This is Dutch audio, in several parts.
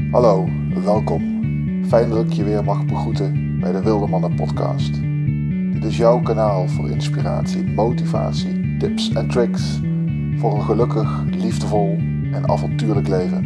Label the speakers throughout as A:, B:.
A: Hallo, welkom. Fijn dat ik je weer mag begroeten bij de Wilde Mannen podcast. Dit is jouw kanaal voor inspiratie, motivatie, tips en tricks voor een gelukkig, liefdevol en avontuurlijk leven.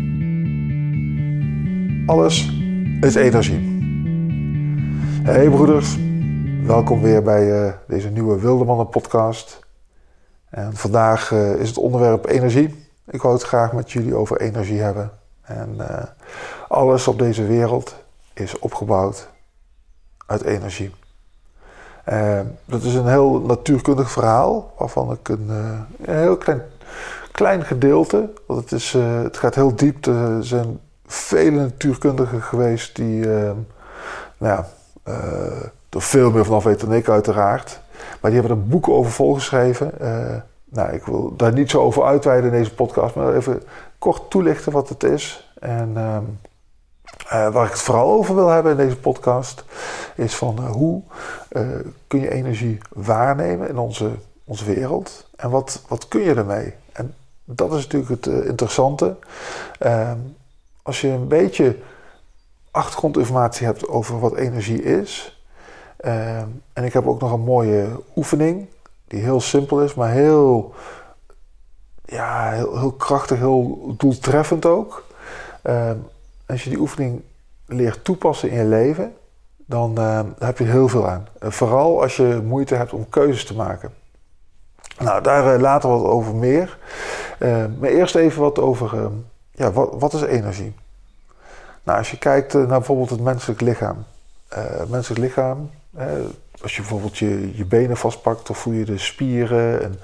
A: Alles is energie. Hey broeders, welkom weer bij deze nieuwe Wilde Mannen podcast. En vandaag is het onderwerp energie. Ik wou het graag met jullie over energie hebben. En alles op deze wereld is opgebouwd uit energie. Dat is een heel natuurkundig verhaal, waarvan ik een heel klein gedeelte, want het gaat heel diep. Er zijn vele natuurkundigen geweest die er veel meer vanaf weten dan ik uiteraard. Maar die hebben er boeken over volgeschreven. Ik wil daar niet zo over uitweiden in deze podcast, maar even kort toelichten wat het is. En waar ik het vooral over wil hebben in deze podcast is van hoe kun je energie waarnemen in onze wereld en wat kun je ermee? En dat is natuurlijk het interessante. Als je een beetje achtergrondinformatie hebt over wat energie is, en ik heb ook nog een mooie oefening die heel simpel is, maar heel krachtig, heel doeltreffend ook. Als je die oefening leert toepassen in je leven, dan heb je heel veel aan. Vooral als je moeite hebt om keuzes te maken. Nou, daar later wat over meer. Maar eerst even wat over, wat is energie? Nou, als je kijkt naar bijvoorbeeld het menselijk lichaam. Als je bijvoorbeeld je benen vastpakt, dan voel je de spieren en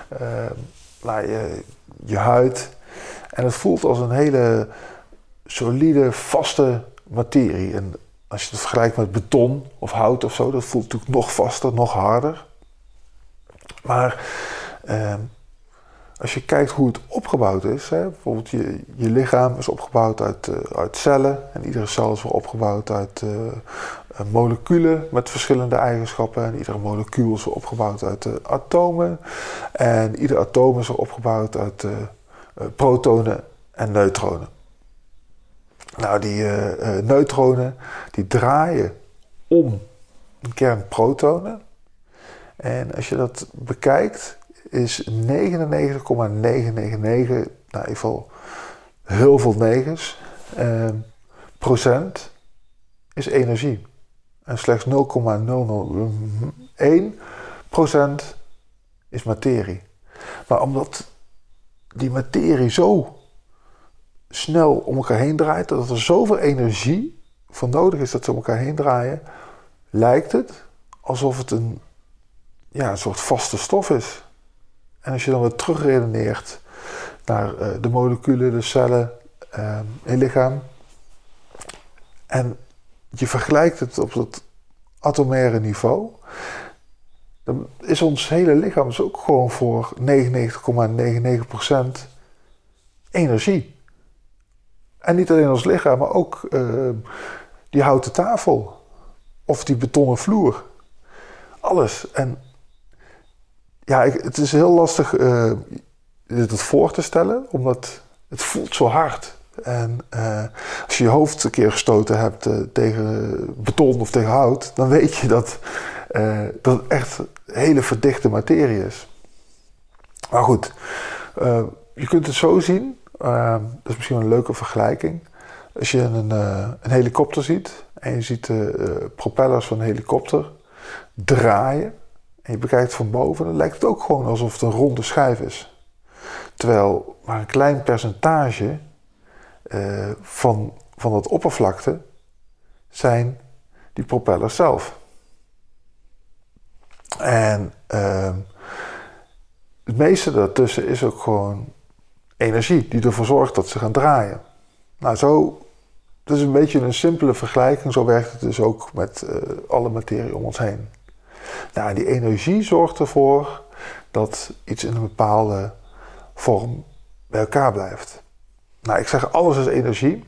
A: je huid. En het voelt als een hele solide, vaste materie. En als je het vergelijkt met beton of hout of zo, dat voelt natuurlijk nog vaster, nog harder. Maar als je kijkt hoe het opgebouwd is, bijvoorbeeld je lichaam is opgebouwd uit cellen. En iedere cel is weer opgebouwd uit moleculen met verschillende eigenschappen. En iedere molecuul is weer opgebouwd uit atomen. En ieder atoom is weer opgebouwd uit protonen en neutronen. Nou, die neutronen die draaien om een kern protonen. En als je dat bekijkt, is 99,999, in ieder geval heel veel negens, procent is energie. En slechts 0,001% is materie. Maar omdat die materie zo snel om elkaar heen draait, dat er zoveel energie voor nodig is dat ze om elkaar heen draaien, lijkt het alsof het een soort vaste stof is. En als je dan weer terugredeneert naar de moleculen, de cellen in je lichaam, en je vergelijkt het op dat atomaire niveau, dan is ons hele lichaam dus ook gewoon voor 99,99% energie. En niet alleen ons lichaam, maar ook die houten tafel of die betonnen vloer. Alles. En het is heel lastig dit voor te stellen, omdat het voelt zo hard. En als je je hoofd een keer gestoten hebt tegen beton of tegen hout, dan weet je dat het echt hele verdichte materie is. Maar goed, je kunt het zo zien. Dat is misschien een leuke vergelijking. Als je een helikopter ziet en je ziet de propellers van een helikopter draaien en je bekijkt van boven, dan lijkt het ook gewoon alsof het een ronde schijf is. Terwijl maar een klein percentage van dat oppervlakte zijn die propellers zelf. En het meeste daartussen is ook gewoon energie die ervoor zorgt dat ze gaan draaien. Nou, dat is een beetje een simpele vergelijking. Zo werkt het dus ook met alle materie om ons heen. Nou, die energie zorgt ervoor dat iets in een bepaalde vorm bij elkaar blijft. Nou, ik zeg alles is energie.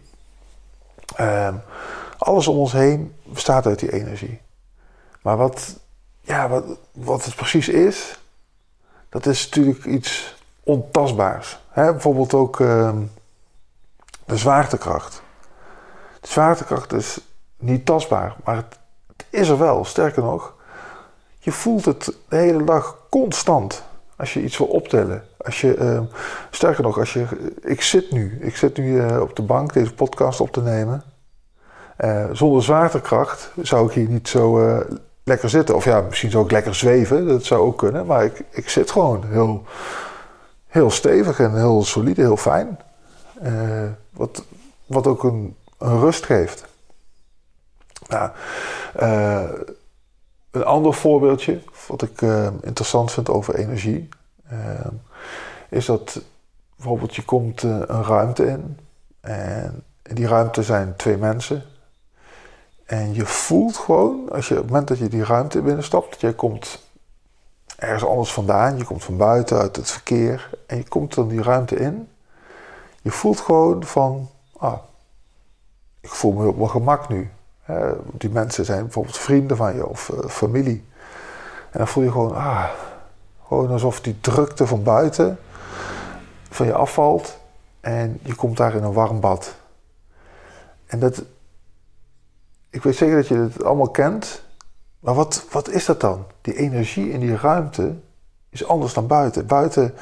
A: Alles om ons heen bestaat uit die energie. Maar wat het precies is, dat is natuurlijk iets ontastbaars. Bijvoorbeeld ook de zwaartekracht. De zwaartekracht is niet tastbaar, maar het is er wel. Sterker nog, je voelt het de hele dag constant als je iets wil optillen. Sterker nog, ik zit nu op de bank deze podcast op te nemen. Zonder zwaartekracht zou ik hier niet zo lekker zitten. Of ja, misschien zou ik lekker zweven, dat zou ook kunnen. Maar ik zit gewoon heel stevig en heel solide, heel fijn. Wat ook een rust geeft. Nou, een ander voorbeeldje, wat ik interessant vind over energie, is dat bijvoorbeeld je komt een ruimte in. En in die ruimte zijn 2 mensen. En je voelt gewoon, op het moment dat je die ruimte binnenstapt, dat jij komt ergens anders vandaan. Je komt van buiten, uit het verkeer. En je komt dan die ruimte in. Je voelt gewoon van, ik voel me op mijn gemak nu. Die mensen zijn bijvoorbeeld vrienden van je of familie. En dan voel je gewoon alsof die drukte van buiten van je afvalt. En je komt daar in een warm bad. En ik weet zeker dat je het allemaal kent. Maar wat is dat dan? Die energie in die ruimte is anders dan buiten. Buiten,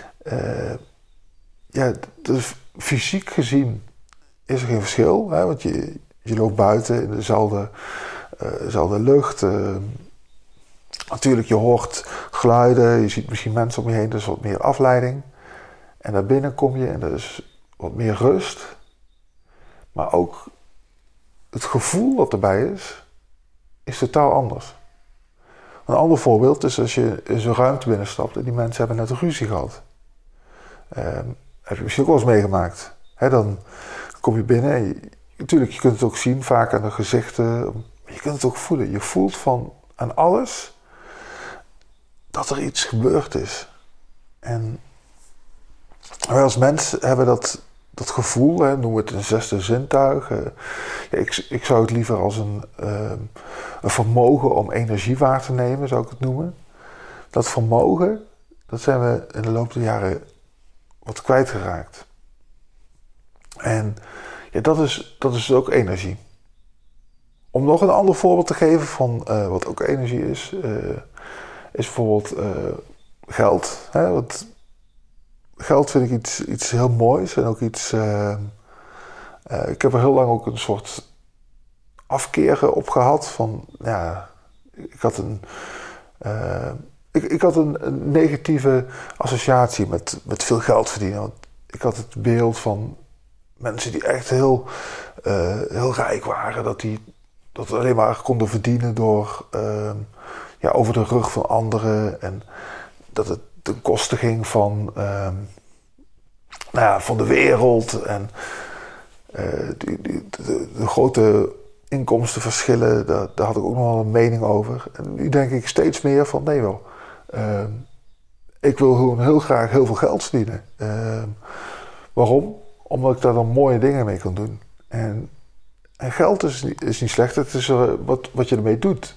A: dus fysiek gezien is er geen verschil. Hè? Want je loopt buiten in dezelfde lucht. Natuurlijk, je hoort geluiden. Je ziet misschien mensen om je heen. Dus wat meer afleiding. En daar binnen kom je en er is wat meer rust. Maar ook het gevoel wat erbij is totaal anders. Een ander voorbeeld is als je in zo'n ruimte binnenstapt en die mensen hebben net een ruzie gehad. Heb je misschien ook wel eens meegemaakt. Dan kom je binnen en natuurlijk, je kunt het ook zien vaak aan de gezichten. Maar je kunt het ook voelen. Je voelt aan alles dat er iets gebeurd is. En wij als mens hebben dat gevoel, noemen we het een 6e zintuig. Ik zou het liever als een vermogen om energie waar te nemen, zou ik het noemen. Dat vermogen, dat zijn we in de loop der jaren wat kwijtgeraakt. En dat is ook energie. Om nog een ander voorbeeld te geven van wat ook energie is bijvoorbeeld geld. Want geld vind ik iets heel moois en ook iets. Ik heb er heel lang ook een soort afkeer op gehad van, ik had een negatieve associatie met veel geld verdienen. Want ik had het beeld van mensen die echt heel rijk waren, dat alleen maar konden verdienen door over de rug van anderen en dat het ten koste ging van de wereld en de grote inkomstenverschillen, daar had ik ook nog wel een mening over. En nu denk ik steeds meer van nee wel, ik wil gewoon heel graag heel veel geld verdienen. Waarom? Omdat ik daar dan mooie dingen mee kan doen. En geld is niet slecht, het is wat je ermee doet.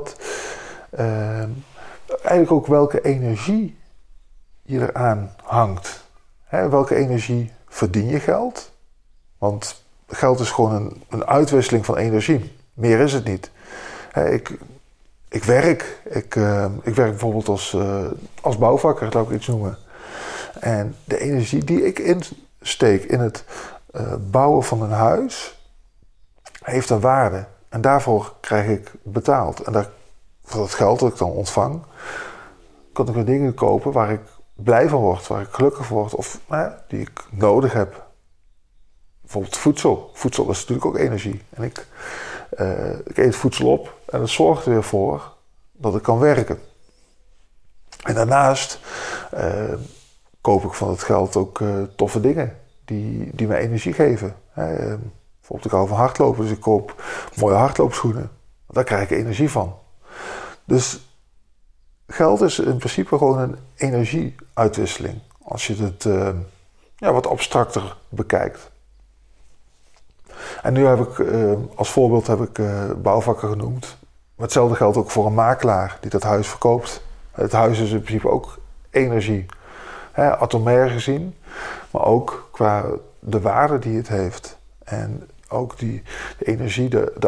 A: Eigenlijk ook welke energie je eraan hangt. Welke energie verdien je geld? Want geld is gewoon een uitwisseling van energie. Meer is het niet. Ik werk. Ik werk bijvoorbeeld als bouwvakker, laat ik iets noemen. En de energie die ik insteek in het bouwen van een huis heeft een waarde. En daarvoor krijg ik betaald. En voor dat geld dat ik dan ontvang, kan ik weer dingen kopen waar ik blij van word, waar ik gelukkig van word of die ik nodig heb. Bijvoorbeeld voedsel. Voedsel is natuurlijk ook energie. En ik eet voedsel op en dat zorgt er weer voor dat ik kan werken. En daarnaast koop ik van het geld ook toffe dingen die me energie geven. Bijvoorbeeld ik hou van hardlopen, dus ik koop mooie hardloopschoenen. Daar krijg ik energie van. Dus geld is in principe gewoon een energieuitwisseling. Als je het wat abstracter bekijkt. En nu heb ik als voorbeeld bouwvakker genoemd. Maar hetzelfde geldt ook voor een makelaar die dat huis verkoopt. Het huis is in principe ook energie. Atomair gezien. Maar ook qua de waarde die het heeft. En ook de energie, de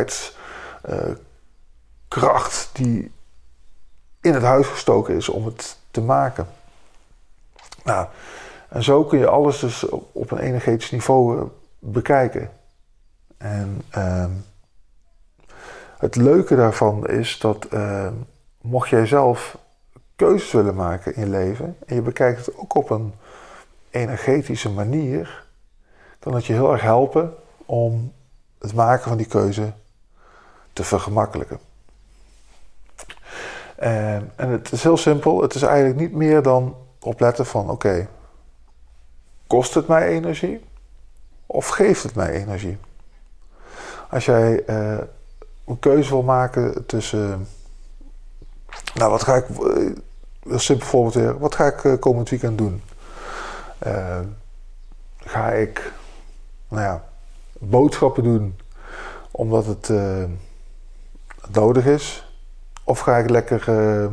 A: arbeidskracht die in het huis gestoken is om het te maken. Nou, en zo kun je alles dus op een energetisch niveau bekijken. En het leuke daarvan is dat mocht jij zelf keuzes willen maken in je leven en je bekijkt het ook op een energetische manier, kan het je heel erg helpen om het maken van die keuze te vergemakkelijken. En het is heel simpel. Het is eigenlijk niet meer dan opletten van oké, kost het mij energie of geeft het mij energie? Als jij een keuze wil maken tussen, nou wat ga ik, een simpel voorbeeld weer, wat ga ik komend weekend doen? Ga ik, boodschappen doen omdat het nodig is? Of ga ik lekker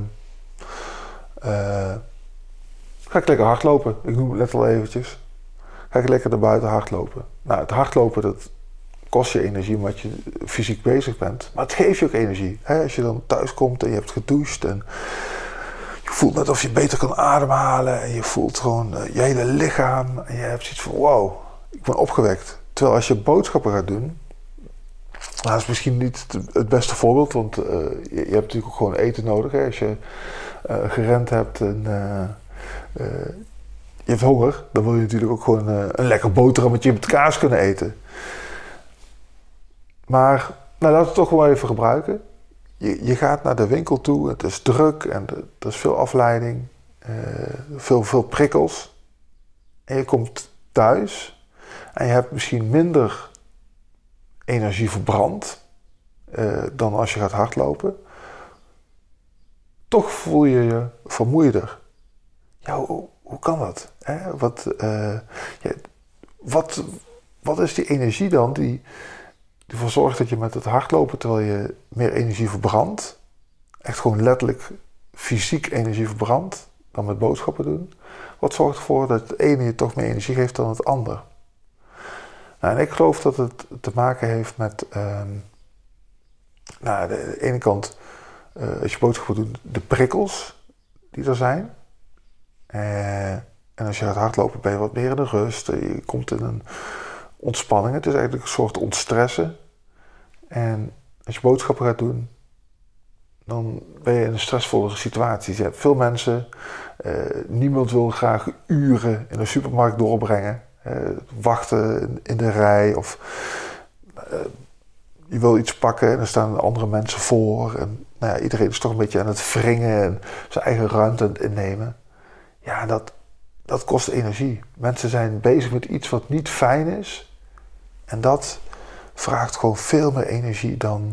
A: hardlopen? Ik noem het net al eventjes. Ga ik lekker naar buiten hardlopen? Nou, het hardlopen, dat kost je energie omdat je fysiek bezig bent. Maar het geeft je ook energie. Hè? Als je dan thuis komt en je hebt gedoucht en je voelt net of je beter kan ademhalen. En je voelt gewoon je hele lichaam. En je hebt zoiets van, wow, ik ben opgewekt. Terwijl als je boodschappen gaat doen, nou, dat is misschien niet het beste voorbeeld, want je hebt natuurlijk ook gewoon eten nodig. Hè? Als je gerend hebt en je hebt honger, dan wil je natuurlijk ook gewoon een lekker boterhammetje met kaas kunnen eten. Maar nou, laten we het toch wel even gebruiken. Je gaat naar de winkel toe, het is druk en er is veel afleiding, veel prikkels. En je komt thuis en je hebt misschien minder energie verbrand dan als je gaat hardlopen. Toch voel je je vermoeider. Ja, hoe kan dat? Hè? Wat is die energie dan die ervoor zorgt dat je met het hardlopen, terwijl je meer energie verbrandt, echt gewoon letterlijk fysiek energie verbrandt, dan met boodschappen doen? Wat zorgt ervoor dat het ene je toch meer energie geeft dan het ander? Nou, en ik geloof dat het te maken heeft met, aan de ene kant, als je boodschappen doet, de prikkels die er zijn. En als je gaat hardlopen ben je wat meer in de rust. Je komt in een ontspanning. Het is eigenlijk een soort ontstressen. En als je boodschappen gaat doen, dan ben je in een stressvollere situatie. Je hebt veel mensen, niemand wil graag uren in een supermarkt doorbrengen. Wachten in de rij of je wil iets pakken en er staan andere mensen voor. En iedereen is toch een beetje aan het wringen en zijn eigen ruimte aan het innemen. Ja, dat kost energie. Mensen zijn bezig met iets wat niet fijn is. En dat vraagt gewoon veel meer energie dan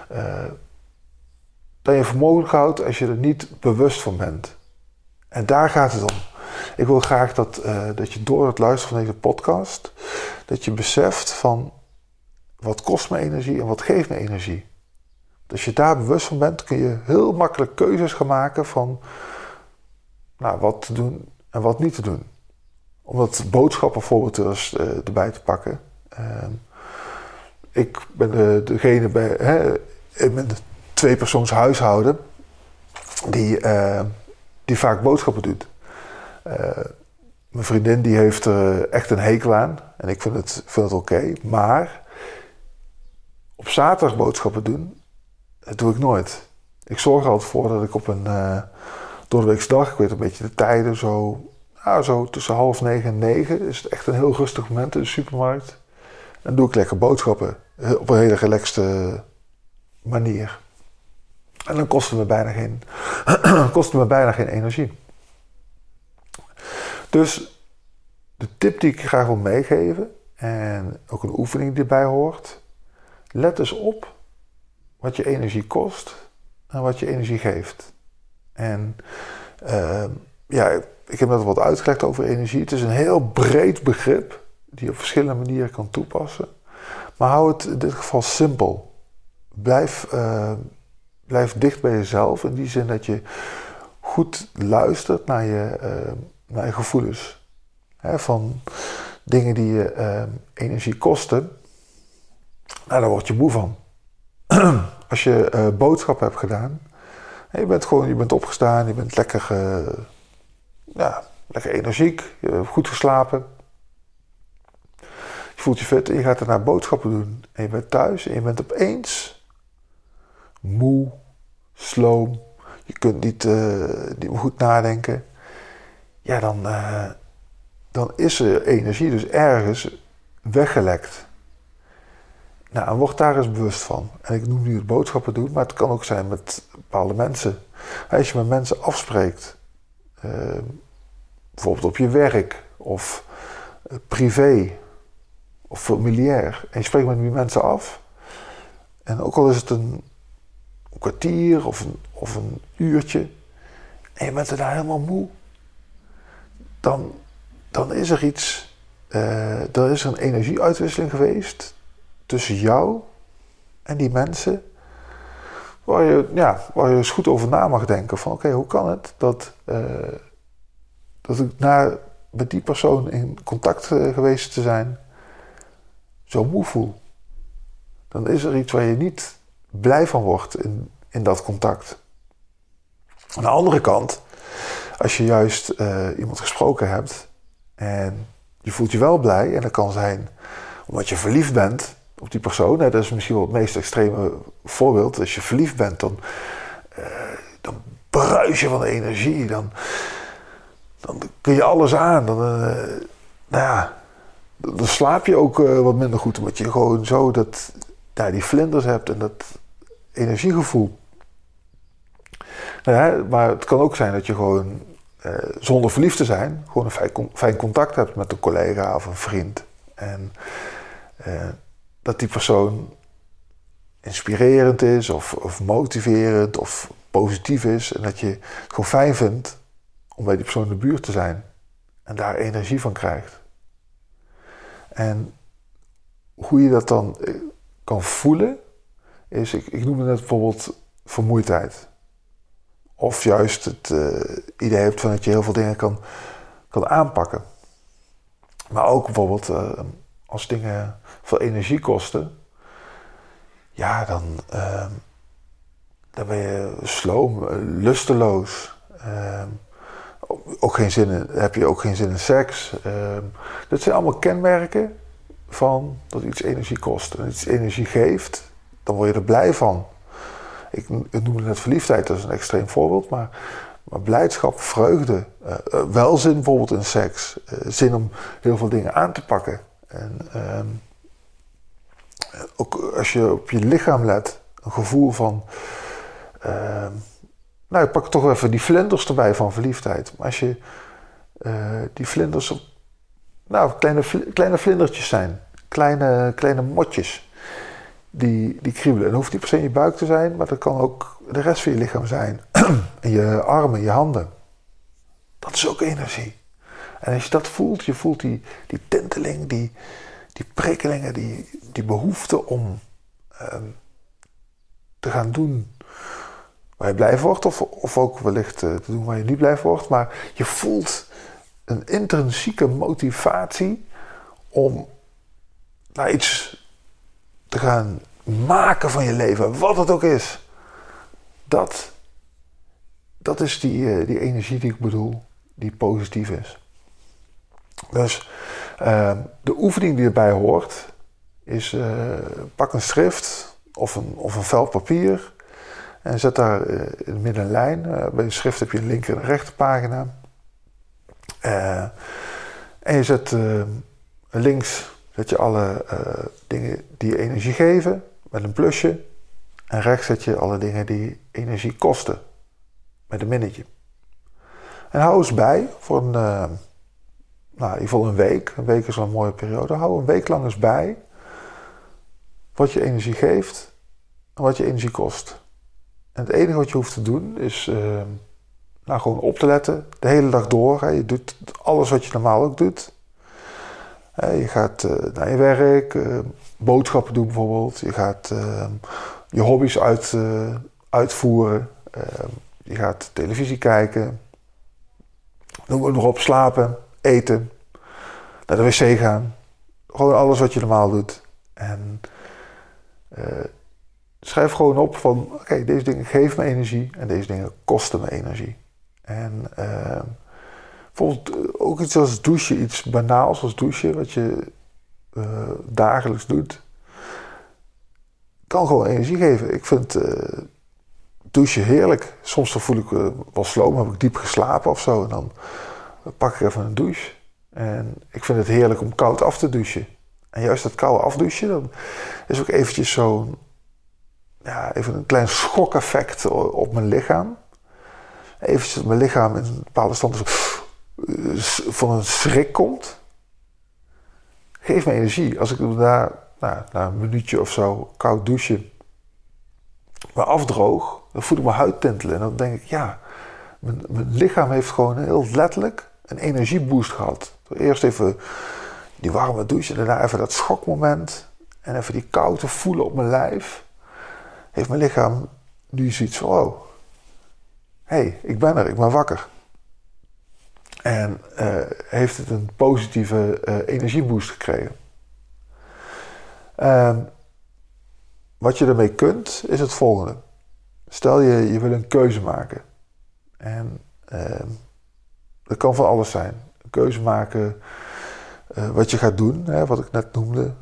A: je voor mogelijk houdt als je er niet bewust van bent. En daar gaat het om. Ik wil graag dat je door het luisteren van deze podcast, dat je beseft van wat kost me energie en wat geeft me energie. Als je daar bewust van bent, kun je heel makkelijk keuzes gaan maken van wat te doen en wat niet te doen. Om dat boodschappen bijvoorbeeld erbij te pakken. Ik ben degene in een 2-persoons huishouden die vaak boodschappen doet. Mijn vriendin die heeft er echt een hekel aan. En ik vind het oké. Maar op zaterdag boodschappen doen, dat doe ik nooit. Ik zorg er altijd voor dat ik op een doordeweekse dag, ik weet een beetje de tijden, zo tussen 8:30 en 9 is het echt een heel rustig moment in de supermarkt. En doe ik lekker boodschappen op een hele relaxte manier. En dan kost het me bijna geen energie. Dus de tip die ik je graag wil meegeven, en ook een oefening die erbij hoort, let eens op wat je energie kost en wat je energie geeft. En ik heb net al wat uitgelegd over energie. Het is een heel breed begrip die je op verschillende manieren kan toepassen. Maar hou het in dit geval simpel. Blijf dicht bij jezelf in die zin dat je goed luistert naar je gevoelens. Van dingen die je energie kosten Nou, daar word je moe van. Als je boodschappen hebt gedaan. En je bent opgestaan, je bent lekker energiek, je hebt goed geslapen. Je voelt je fit en je gaat daarna boodschappen doen. En je bent thuis en je bent opeens moe, sloom. Je kunt niet meer goed nadenken. Ja, dan is er energie dus ergens weggelekt. Nou, en word daar eens bewust van. En ik noem nu het boodschappen doen, maar het kan ook zijn met bepaalde mensen. Als je met mensen afspreekt, bijvoorbeeld op je werk of privé of familiair. En je spreekt met die mensen af. En ook al is het een kwartier of een uurtje. En je bent er daar helemaal moe. Dan is er iets. Er is een energieuitwisseling geweest tussen jou en die mensen. Waar je eens goed over na mag denken. Van oké, hoe kan het dat ik na met die persoon in contact geweest te zijn zo moe voel. Dan is er iets waar je niet blij van wordt in dat contact. Aan de andere kant, als je juist iemand gesproken hebt en je voelt je wel blij, en dat kan zijn omdat je verliefd bent op die persoon. Dat is misschien wel het meest extreme voorbeeld. Als je verliefd bent, dan bruis je van de energie. Dan kun je alles aan. Dan slaap je ook wat minder goed. Omdat je gewoon zo die vlinders hebt en dat energiegevoel. Maar het kan ook zijn dat je gewoon zonder verliefd te zijn gewoon een fijn contact hebt met een collega of een vriend. En dat die persoon inspirerend is of motiverend of positief is. En dat je het gewoon fijn vindt om bij die persoon in de buurt te zijn. En daar energie van krijgt. En hoe je dat dan kan voelen is, ik noemde net bijvoorbeeld vermoeidheid. Of juist het idee hebt van dat je heel veel dingen kan aanpakken. Maar ook bijvoorbeeld als dingen veel energie kosten. Ja, dan ben je sloom, lusteloos. Heb je ook geen zin in seks. Dat zijn allemaal kenmerken van dat iets energie kost. En iets energie geeft, dan word je er blij van. Ik noemde net verliefdheid, dat is een extreem voorbeeld. Maar blijdschap, vreugde, welzin bijvoorbeeld in seks. Zin om heel veel dingen aan te pakken. En ook als je op je lichaam let, een gevoel van... ik pak toch even die vlinders erbij van verliefdheid. Maar als je die vlinders... kleine vlindertjes zijn. Kleine motjes. Die kriebelen. En dat hoeft niet per se in je buik te zijn, maar dat kan ook de rest van je lichaam zijn. En je armen, je handen. Dat is ook energie. En als je dat voelt, je voelt die tinteling, die prikkelingen, die behoefte om te gaan doen waar je blij wordt, of ook wellicht te doen waar je niet blij wordt. Maar je voelt een intrinsieke motivatie om iets te gaan maken van je leven, wat het ook is. Dat is die energie die ik bedoel, die positief is. Dus de oefening die erbij hoort is pak een schrift of een vel papier en zet daar in het midden een lijn. Bij de schrift heb je een linker en een rechter pagina. En je zet links zet je alle dingen die je energie geven met een plusje. En rechts zet je alle dingen die energie kosten met een minnetje. En hou eens bij voor in ieder geval een week. Een week is wel een mooie periode. Hou een week lang eens bij wat je energie geeft en wat je energie kost. En het enige wat je hoeft te doen is gewoon op te letten de hele dag door. Je doet alles wat je normaal ook doet. Je gaat naar je werk, boodschappen doen bijvoorbeeld. Je gaat je hobby's uitvoeren. Je gaat televisie kijken. Noem het nog op, slapen, eten. Naar de wc gaan. Gewoon alles wat je normaal doet. En Schrijf gewoon op van, oké, deze dingen geven me energie en deze dingen kosten me energie. En bijvoorbeeld ook iets als douchen, iets banaals als douchen, wat je dagelijks doet, kan gewoon energie geven. Ik vind douchen heerlijk. Soms dan voel ik wel sloom, heb ik diep geslapen of zo. En dan pak ik even een douche. En ik vind het heerlijk om koud af te douchen. En juist dat koude afdouchen, dan is ook eventjes zo'n, even een klein schokeffect op mijn lichaam. Eventjes dat mijn lichaam in een bepaalde stand van een schrik komt. Geeft me energie. Als ik na een minuutje of zo koud douchen me afdroog, dan voel ik mijn huid tintelen. En dan denk ik, mijn lichaam heeft gewoon heel letterlijk een energieboost gehad. Eerst even die warme douche en daarna even dat schokmoment. En even die koude voelen op mijn lijf. Heeft mijn lichaam nu zoiets van, oh, hey, ik ben er, ik ben wakker. En heeft het een positieve energieboost gekregen. Wat je ermee kunt, is het volgende. Stel je wil een keuze maken. En dat kan van alles zijn. Een keuze maken wat je gaat doen, hè, wat ik net noemde.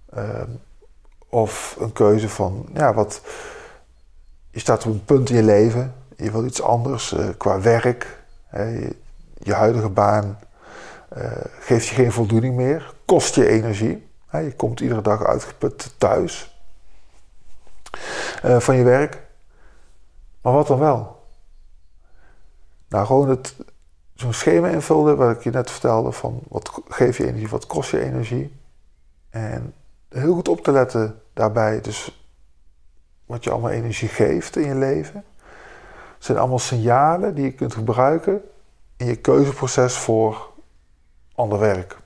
A: Of een keuze van, je staat op een punt in je leven. Je wil iets anders qua werk. Je huidige baan geeft je geen voldoening meer. Kost je energie. Je komt iedere dag uitgeput thuis van je werk. Maar wat dan wel? Nou, gewoon zo'n schema invullen wat ik je net vertelde van wat geeft je energie, wat kost je energie. En heel goed op te letten daarbij, dus wat je allemaal energie geeft in je leven. Het zijn allemaal signalen die je kunt gebruiken in je keuzeproces voor ander werk.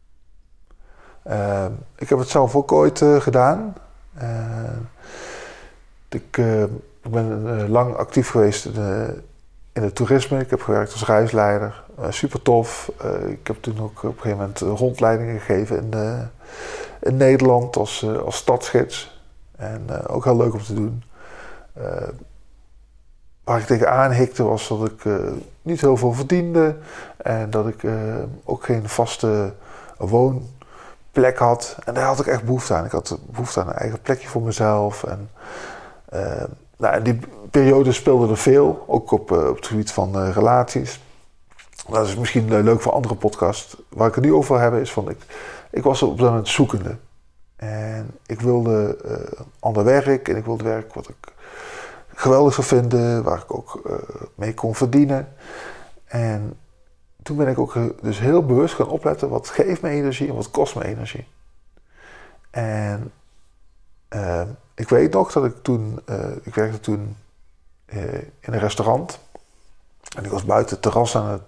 A: Ik heb het zelf ook ooit gedaan. Ik ben lang actief geweest in het toerisme. Ik heb gewerkt als reisleider. Super tof. Ik heb toen ook op een gegeven moment rondleidingen gegeven in Nederland als stadsgids. En ook heel leuk om te doen. Waar ik tegenaan hikte was dat ik niet heel veel verdiende. En dat ik ook geen vaste woonplek had. En daar had ik echt behoefte aan. Ik had behoefte aan een eigen plekje voor mezelf. En in die periode speelde er veel. Ook op het gebied van relaties. Dat is misschien leuk voor andere podcasts. Waar ik het nu over wil hebben is van... Ik was op dat moment zoekende. En ik wilde ander werk. En ik wilde werk wat ik geweldig zou vinden. Waar ik ook mee kon verdienen. En toen ben ik ook dus heel bewust gaan opletten. Wat geeft me energie en wat kost me energie. En ik weet nog dat ik toen... ik werkte toen in een restaurant. En ik was buiten het terras aan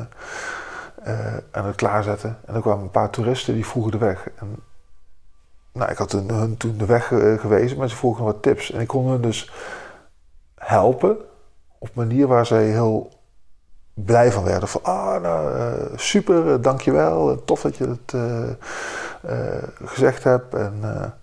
A: het klaarzetten. En er kwamen een paar toeristen die vroegen de weg. En, ik had hun toen de weg gewezen, maar ze vroegen wat tips. En ik kon hun dus helpen op een manier waar zij heel blij van werden. Van, super, dankjewel. Tof dat je het gezegd hebt. En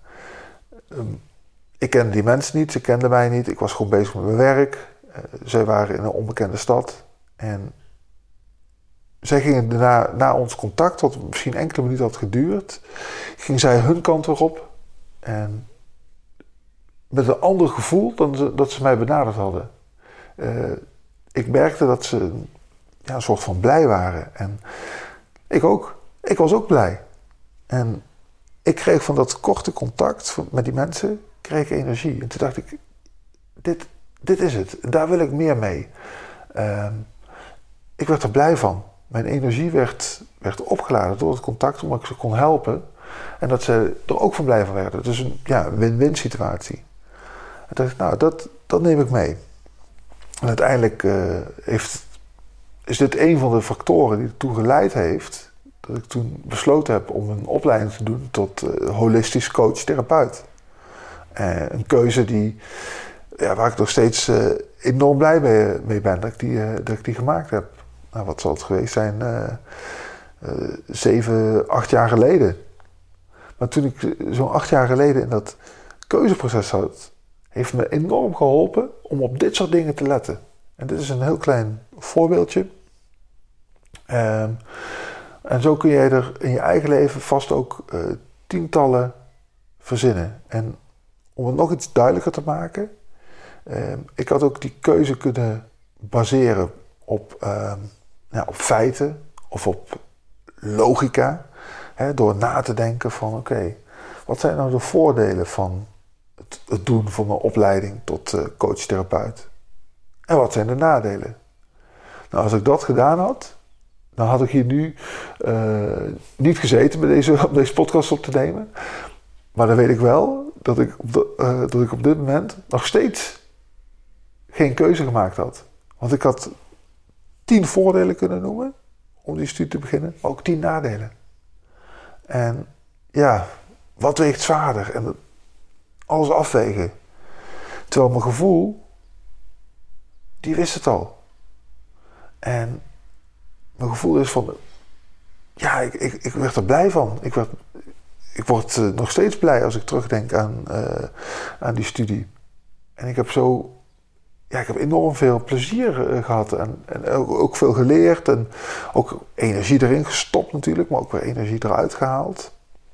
A: ik kende die mensen niet, ze kenden mij niet. Ik was gewoon bezig met mijn werk. Zij waren in een onbekende stad. En zij gingen na ons contact, wat misschien enkele minuten had geduurd, ging zij hun kant weer op. En met een ander gevoel dan dat ze mij benaderd hadden. Ik merkte dat ze een soort van blij waren. En ik ook. Ik was ook blij. En ik kreeg van dat korte contact met die mensen, kreeg ik energie. En toen dacht ik, dit is het. Daar wil ik meer mee. Ik werd er blij van. Mijn energie werd opgeladen door het contact, omdat ik ze kon helpen. En dat ze er ook van blij van werden. Dus een win-win situatie. En toen dacht ik, dat neem ik mee. En uiteindelijk is dit een van de factoren die ertoe geleid heeft dat ik toen besloten heb om een opleiding te doen tot holistisch coach-therapeut. Een keuze waar ik nog steeds enorm blij mee ben dat ik die gemaakt heb. Nou, wat zal het geweest zijn? 7, 8 jaar geleden. Maar toen ik zo'n 8 jaar geleden in dat keuzeproces had, heeft me enorm geholpen om op dit soort dingen te letten. En dit is een heel klein voorbeeldje. En zo kun jij er in je eigen leven vast ook tientallen verzinnen. En om het nog iets duidelijker te maken, ik had ook die keuze kunnen baseren op feiten of op logica. Door na te denken van oké, wat zijn nou de voordelen van het doen van mijn opleiding tot coach-therapeut? En wat zijn de nadelen? Nou, als ik dat gedaan had, dan had ik hier nu niet gezeten om deze podcast op te nemen. Maar dan weet ik wel dat ik op dit moment nog steeds geen keuze gemaakt had. Want ik had 10 voordelen kunnen noemen om die studie te beginnen, maar ook 10 nadelen. En ja, wat weegt zwaarder? En alles afwegen. Terwijl mijn gevoel, die wist het al. En mijn gevoel is van, ja, ik werd er blij van. Ik word nog steeds blij als ik terugdenk aan die studie. En ik heb enorm veel plezier gehad en ook veel geleerd en ook energie erin gestopt natuurlijk, maar ook weer energie eruit gehaald.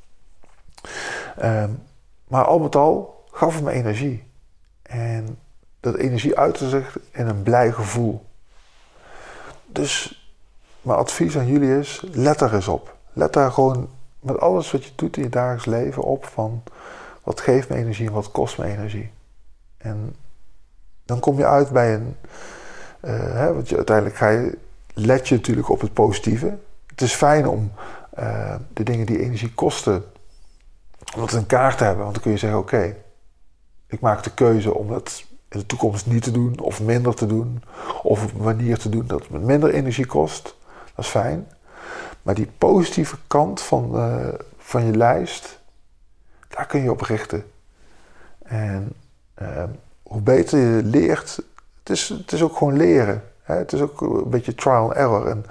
A: Maar al met al gaf het me energie. En dat energie uitte zich in een blij gevoel. Dus mijn advies aan jullie is, let daar eens op. Let daar gewoon met alles wat je doet in je dagelijks leven op van wat geeft me energie en wat kost me energie. En dan kom je uit bij want uiteindelijk let je natuurlijk op het positieve. Het is fijn om de dingen die energie kosten, om dat in kaart te hebben. Want dan kun je zeggen, oké, ik maak de keuze om dat in de toekomst niet te doen of minder te doen. Of op een manier te doen dat het me minder energie kost. Dat is fijn. Maar die positieve kant van je lijst, daar kun je op richten. En hoe beter je leert, het is ook gewoon leren. Hè? Het is ook een beetje trial and error. En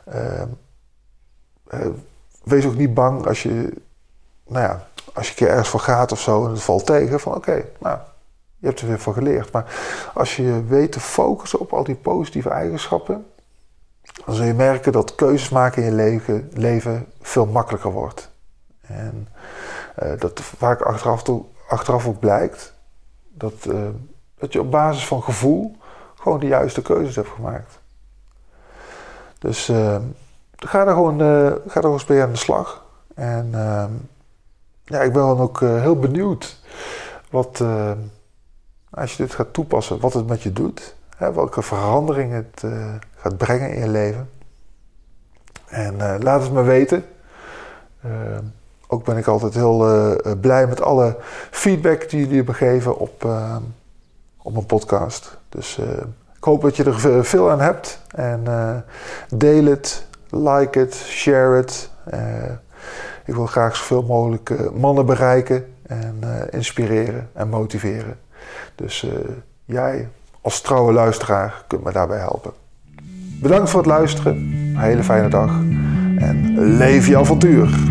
A: wees ook niet bang als je een keer ergens voor gaat of zo en het valt tegen. Van oké, je hebt er weer van geleerd. Maar als je weet te focussen op al die positieve eigenschappen, dan zul je merken dat keuzes maken in je leven veel makkelijker wordt. En dat vaak achteraf ook blijkt dat je op basis van gevoel gewoon de juiste keuzes hebt gemaakt. Dus ga er gewoon eens mee aan de slag. En ik ben dan ook heel benieuwd wat, als je dit gaat toepassen, wat het met je doet. Welke verandering het gaat brengen in je leven. En laat het me weten. Ook ben ik altijd heel blij met alle feedback die jullie me geven op mijn podcast. Dus ik hoop dat je er veel aan hebt. En deel het, like het, share het. Ik wil graag zoveel mogelijk mannen bereiken en inspireren en motiveren. Dus jij als trouwe luisteraar kunt me daarbij helpen. Bedankt voor het luisteren. Een hele fijne dag. En leef je avontuur.